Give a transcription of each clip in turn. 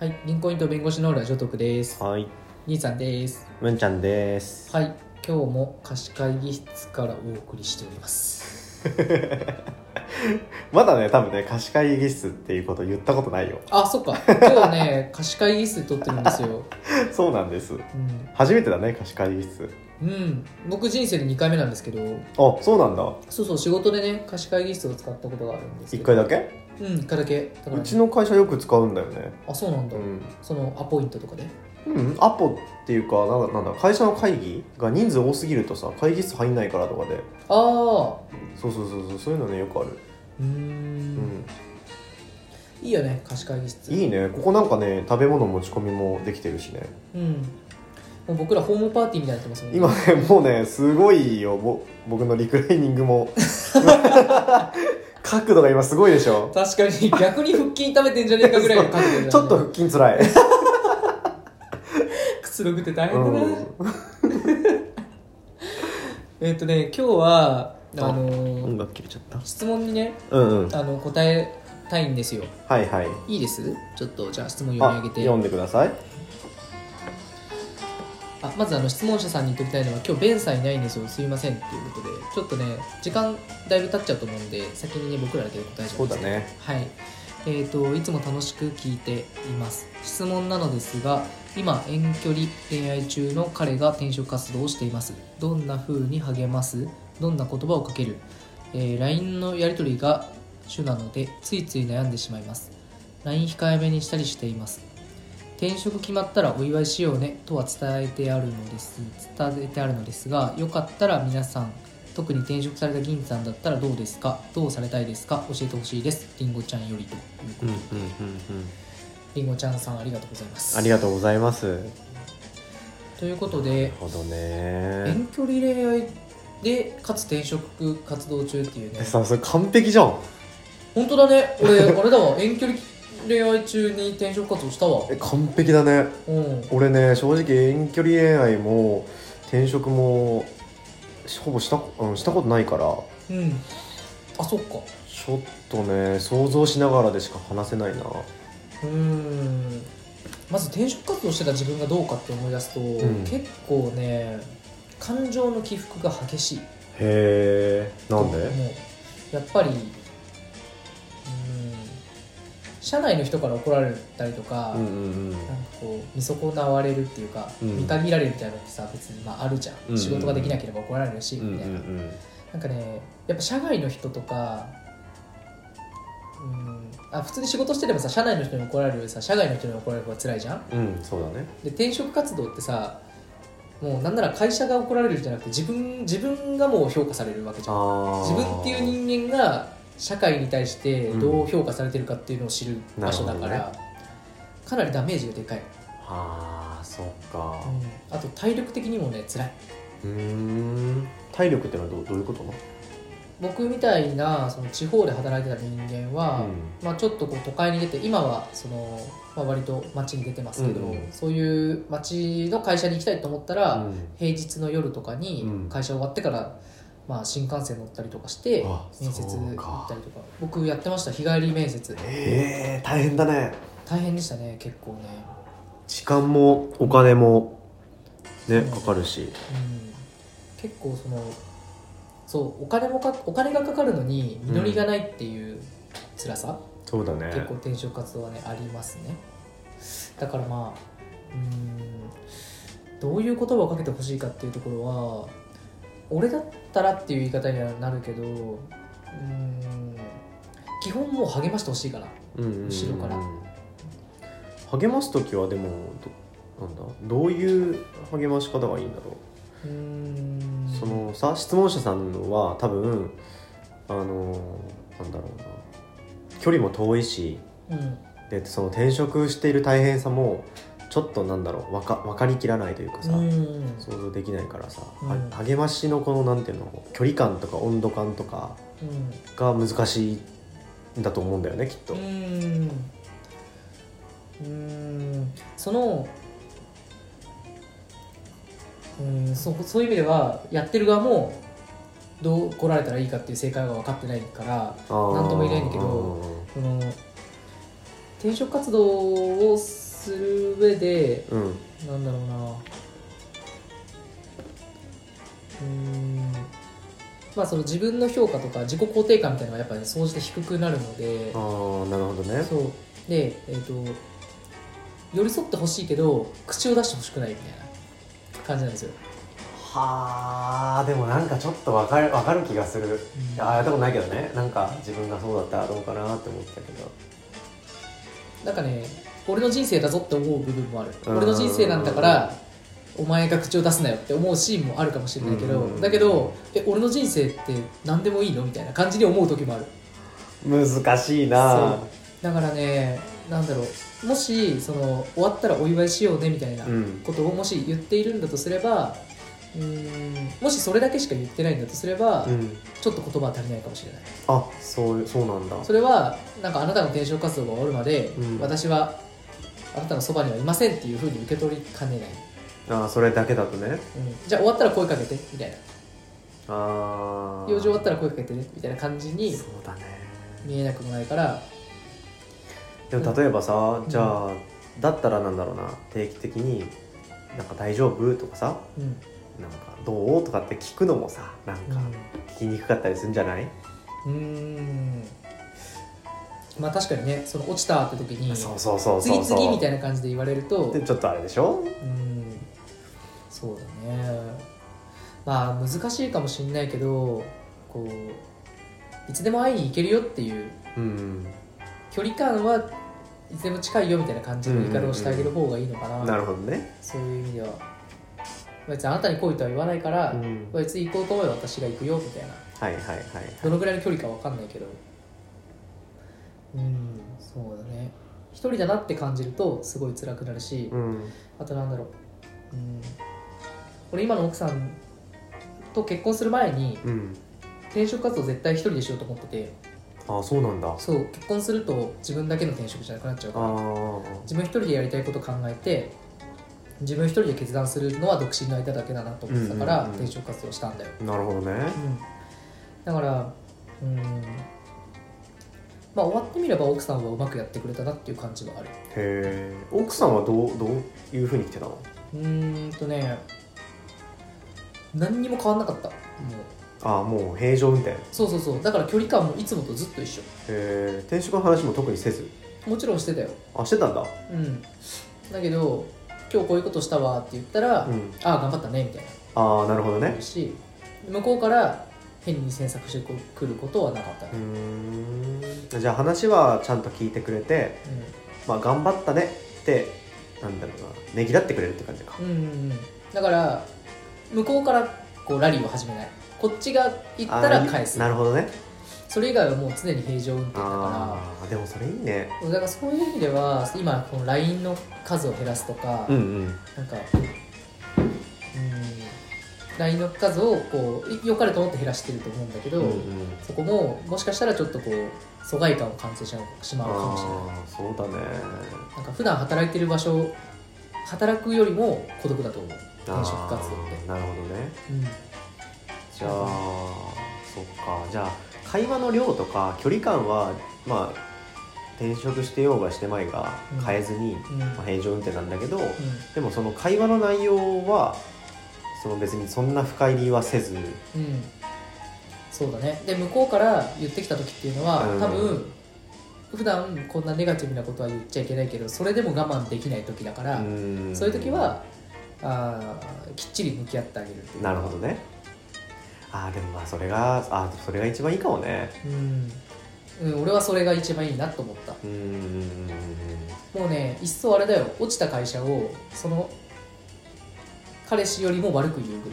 はい、銀行員と弁護士のラジオトークです。 はい、 兄さんです。 むんちゃんです。 はい、今日も貸し会議室からお送りしておりますまだね、多分ね、貸し会議室っていうこと言ったことないよ。 あ、そっか、今日はね貸し会議室で撮ってるんですよそうなんです、初めてだね、貸し会議室。 僕人生で2回目なんですけど。 あ、そうなんだ。 そう、仕事でね貸し会議室を使ったことがあるんですけど。 1回だけ 1回だけだから、ね、 うちの会社よく使うんだよね。 あ、そうなんだ、そのアポイントとかで。 アポっていうかなんだ会社の会議が人数多すぎるとさ、会議室入んないからとかで。 ああ、 そういうのね、よくある。 いいよね貸し会議室。 いいね。ここなんかね、食べ物持ち込みもできてるしね。 もう僕らホームパーティーみたいになってますもんね。 今ね、もうね、すごいよ。僕のリクライニングも角度が今すごいでしょ。 確かに逆に腹筋痛めてんじゃねえかぐらいの角度で、ね、 ちょっと腹筋つらいくつろぐって大変だな、今日は音楽切れちゃった。 質問にね、答えたいんですよ。 はいはい。 いいです。ちょっとじゃあ質問読み上げて。 読んでください。 まず質問者さんに言っておきたいのは、今日ベンさんいないんですよ、すいませんっていうことで、ちょっとね時間だいぶ経っちゃうと思うんで、先にね僕らだけで答えちゃうんです。 そうだね。 はい。いつも楽しく聞いています。質問なのですが、今遠距離恋愛中の彼が転職活動をしています。どんな風に励ます？どんな言葉をかける？LINE のやり取りが主なのでついつい悩んでしまいます。 LINE 控えめにしたりしています。転職決まったらお祝いしようねとは伝えてあるのですが、よかったら皆さん、特に転職された銀さんだったらどうですか？どうされたいですか？教えてほしいです。りんごちゃんよりということで、りんごちゃんさんありがとうございます。 ありがとうございます。 ということで、 なるほどね。 遠距離恋愛でかつ転職活動中っていうね。 それ完璧じゃん。 本当だね。俺あれだわ、遠距離恋愛中に転職活動したわ。 完璧だね。俺ね、正直遠距離恋愛も転職もほぼしたことないから、 あ、そっか。 ちょっとね、想像しながらでしか話せないな。 まず転職活動してた自分がどうかって思い出すと、結構ね感情の起伏が激しい。 へえ。なんで？ もうやっぱり社内の人から怒られたりとか、なんかこう見損なわれるっていうか、見限られるみたいなのってさ、別にあるじゃん。仕事ができなければ怒られるし、みたいな。なんかね、やっぱ社外の人とか、普通に仕事してればさ、社内の人に怒られるよりさ、社外の人に怒られる方が辛いじゃん。 そうだね。 で、転職活動ってさ、もうなんなら会社が怒られるんじゃなくて、自分がもう評価されるわけじゃん。自分っていう人間が社会に対してどう評価されてるかっていうのを知る場所だから、かなりダメージがでかい。 そっか。 あと体力的にもね、辛い。 体力ってのはどういうことなの？ 僕みたいなその地方で働いてた人間は、ちょっとこう都会に出て、今は割と街に出てますけど、そういう街の会社に行きたいと思ったら、平日の夜とかに会社終わってから、新幹線乗ったりとかして面接行ったりとか、僕やってました。日帰り面接。 大変だね。 大変でしたね、結構ね。 時間もお金もね、かかるし、 結構お金がかかるのに実りがないっていう辛さ、 そうだね。 結構転職活動はねありますね。だからどういう言葉をかけてほしいかっていうところは、俺だったらっていう言い方にはなるけど、基本もう励ましてほしいかな、後ろから。 励ます時はでもどういう励まし方がいいんだろう。質問者さんは多分距離も遠いし、でその転職している大変さもちょっと分かりきらないというかさ、想像できないからさ、励ましのこのなんていうの、距離感とか温度感とかが難しいんだと思うんだよね、きっと。 そういう意味ではやってる側もどう来られたらいいかっていう正解が分かってないから何とも言えないんだけど、転職活動をする上で、 うん、 なんだろうな、まあその自分の評価とか自己肯定感みたいなのがやっぱり総じて低くなるので、 ああなるほどね。 そうで、寄り添ってほしいけど口を出してほしくないみたいな感じなんですよ。 はあ、でもなんかちょっと分かる気がする、やったことないけどね。なんか自分がそうだったらどうかなって思ってたけど、 なんかね、俺の人生だぞって思う部分もある。俺の人生なんだからお前が口を出すなよって思うシーンもあるかもしれないけど、だけど俺の人生って何でもいいのみたいな感じに思う時もある。 難しいな。 だからね、なんだろう、もしその終わったらお祝いしようねみたいなことをもし言っているんだとすれば、もしそれだけしか言ってないんだとすれば、ちょっと言葉は足りないかもしれない。 あ、そうなんだ。 それはなんかあなたの転職活動が終わるまで、私はあなたのそばにはいませんっていう風に受け取りかねない。 あ、それだけだとね、 じゃあ終わったら声かけてみたいな、 用事終わったら声かけてねみたいな感じに見えなくもないから。 でも例えばさ、じゃあだったらなんだろうな、定期的になんか大丈夫とかさ、なんかどうとかって聞くのもさ、なんか聞きにくかったりするんじゃない？ まあ確かにね、その落ちたって時にそう次々みたいな感じで言われるとでちょっとあれでしょ。 そうだね。まあ難しいかもしれないけど、こういつでも会いに行けるよっていう、距離感はいつでも近いよみたいな感じの言い方をしてあげる方がいいのかな。 なるほどね。 そういう意味では別にあなたに来いとは言わないから、別に行こうと思えば私が行くよみたいな、どのぐらいの距離か分かんないけど、そうだね。一人だなって感じるとすごい辛くなるし、あとなんだろう、俺今の奥さんと結婚する前に、転職活動絶対一人でしようと思ってて。 あ、そうなんだ。 そう、結婚すると自分だけの転職じゃなくなっちゃうから、自分一人でやりたいこと考えて自分一人で決断するのは独身の間だけだなと思ってたから、転職活動したんだよ。 なるほどね。 だからまあ終わってみれば奥さんはうまくやってくれたなっていう感じはある。 へえ。奥さんはどういう風に来てたの？ 何にも変わんなかった。 もう平常運転。 そうだから距離感もいつもとずっと一緒。 へえ。転職の話も特にせず？ もちろんしてたよ。 してたんだ。 だけど今日こういうことしたわって言ったら、頑張ったねみたいな。 なるほどね。 し、向こうから変に詮索してくることはなかった。 じゃあ話はちゃんと聞いてくれて、頑張ったねってなんだろうな、ねぎらってくれるって感じか。 だから向こうからこうラリーを始めない、こっちが行ったら返す。 なるほどね。 それ以外はもう常に平常運転だから。 でもそれいいね。 だからそういう意味では今この LINE の数を減らすとか、なんかLINE の数をこう良かれと思って減らしてると思うんだけど、そこももしかしたらちょっとこう疎外感を感じてしまうかもしれない。 そうだね。 なんか普段働いてる場所、働くよりも孤独だと思う、転職活動って。 なるほどね。じゃあそっか。じゃあ会話の量とか距離感は転職してようがしてまいが変えずに、平常運転なんだけど、でもその会話の内容はその別にそんな深入りはせず、そうだね。で向こうから言ってきた時っていうのは、多分普段こんなネガティブなことは言っちゃいけないけどそれでも我慢できない時だから、そういう時はきっちり向き合ってあげるっていう。なるほどね。 でもそれが一番いいかもね。 俺はそれが一番いいなと思った。もうね、一層あれだよ、落ちた会社をその彼氏よりも悪く言うぐ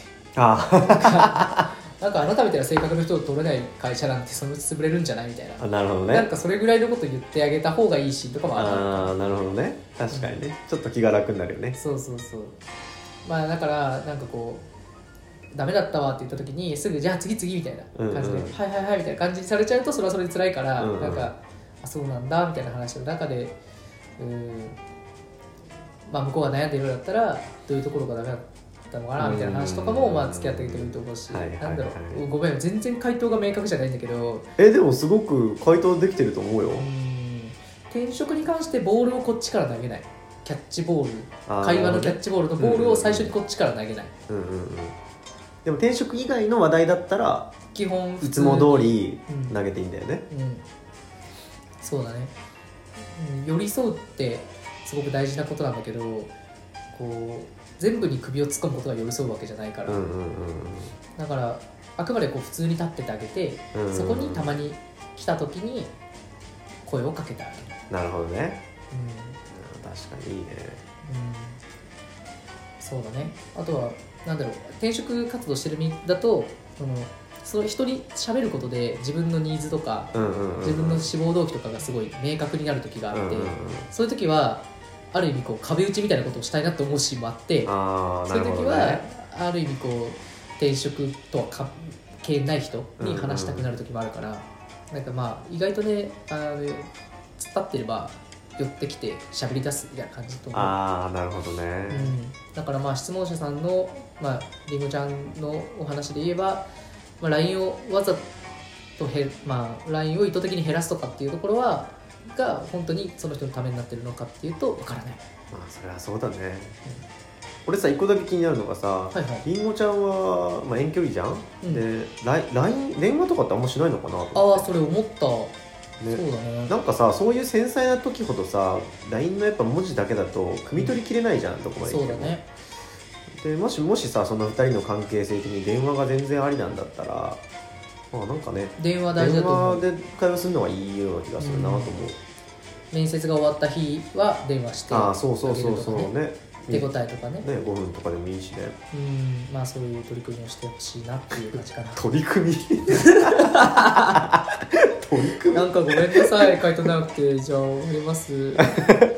らい。なんかあなたみたいな性格の人を取れない会社なんてそのうち潰れるんじゃないみたいな。 なるほどね。 なんかそれぐらいのこと言ってあげた方がいいシーンとかもある。 なるほどね。確かにね、ちょっと気が楽になるよね。 そうだからなんかこうダメだったわって言った時にすぐじゃあ次みたいな感じで、はいみたいな感じにされちゃうとそれはそれで辛いから、なんかそうなんだみたいな話の中で向こうが悩んでいるようだったらどういうところがダメだったのかなみたいな話とかも付き合ってあげてもいいと思うし、なんだろう、ごめん全然回答が明確じゃないんだけど。 でもすごく回答できてると思うよ。 転職に関してボールをこっちから投げない。 キャッチボール、会話のキャッチボールのボールを最初にこっちから投げない、 でも転職以外の話題だったら基本いつも通り投げていいんだよね、 そうだね、寄り添うってすごく大事なことなんだけど、こう全部に首を突っ込むことが寄り添うわけじゃないから、だからあくまでこう普通に立っててあげて、そこにたまに来た時に声をかけてあげる。 なるほどね、確かにいいね、 そうだね。あとはなんだろう、転職活動してる身だとその人に喋ることで自分のニーズとか、自分の志望動機とかがすごい明確になる時があって、そういう時はある意味こう壁打ちみたいなことをしたいなと思うシーンもあって、そういう時はある意味こう転職とは関係ない人に話したくなる時もあるから、なんかまあ意外とね突っ立ってれば寄ってきて喋り出すみたいな感じと思う。 なるほどね、 だからまあ質問者さんの、りんごちゃんのお話で言えば、LINE をわざとLINE を意図的に減らすとかっていうところが本当にその人のためになってるのかっていうと分からない。 それはそうだね、俺さ一個だけ気になるのがさ、りんごちゃんは、遠距離じゃん、で LINE 電話とかってあんましないのかなと。 それ思った、そうだね。 なんかさ、そういう繊細な時ほどさ LINE のやっぱ文字だけだと汲み取りきれないじゃん、どこまでいっても。 そうだね。 でもしさ、そんな2人の関係性的に電話が全然ありなんだったら、なんかね、 電話大事だと思う。 電話で会話するのはいいような気がするなと思う。 面接が終わった日は電話してあげるとかね、 そうね、 手応えとかね、 5分とかでもいいしね。 そういう取り組みをしてほしいなっていう感じかな。 取り組みなんかごめんなさい、回答なくて。じゃあ終わります